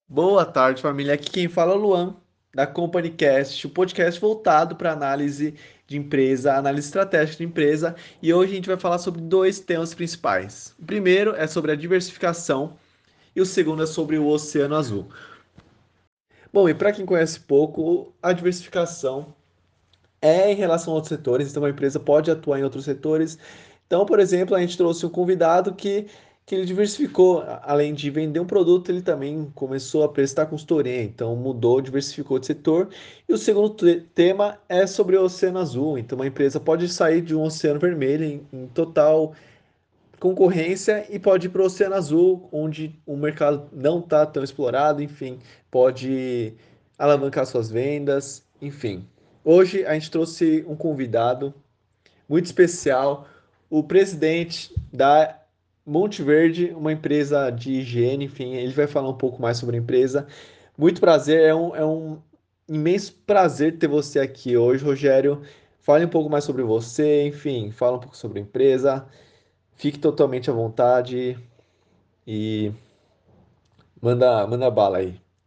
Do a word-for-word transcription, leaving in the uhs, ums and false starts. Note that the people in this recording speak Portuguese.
Boa tarde, família. Aqui quem fala é o Luan, da CompanyCast, o podcast voltado para análise de empresa, análise estratégica de empresa. E hoje a gente vai falar sobre dois temas principais. O primeiro é sobre a diversificação e o segundo é sobre o Oceano Azul. Bom, e para quem conhece pouco, a diversificação é em relação a outros setores, então a empresa pode atuar em outros setores. Então, por exemplo, a gente trouxe um convidado que, que ele diversificou, a- além de vender um produto, ele também começou a prestar consultoria, então mudou, diversificou de setor. E o segundo te- tema é sobre o Oceano Azul, então uma empresa pode sair de um Oceano Vermelho em, em total concorrência e pode ir para o Oceano Azul, onde o mercado não está tão explorado, enfim, pode alavancar suas vendas, enfim. Hoje a gente trouxe um convidado muito especial, o presidente da Monte Verde, uma empresa de higiene, enfim, ele vai falar um pouco mais sobre a empresa. Muito prazer, é um, é um imenso prazer ter você aqui hoje, Rogério. Fale um pouco mais sobre você, enfim, fala um pouco sobre a empresa. Fique totalmente à vontade e manda, manda bala aí.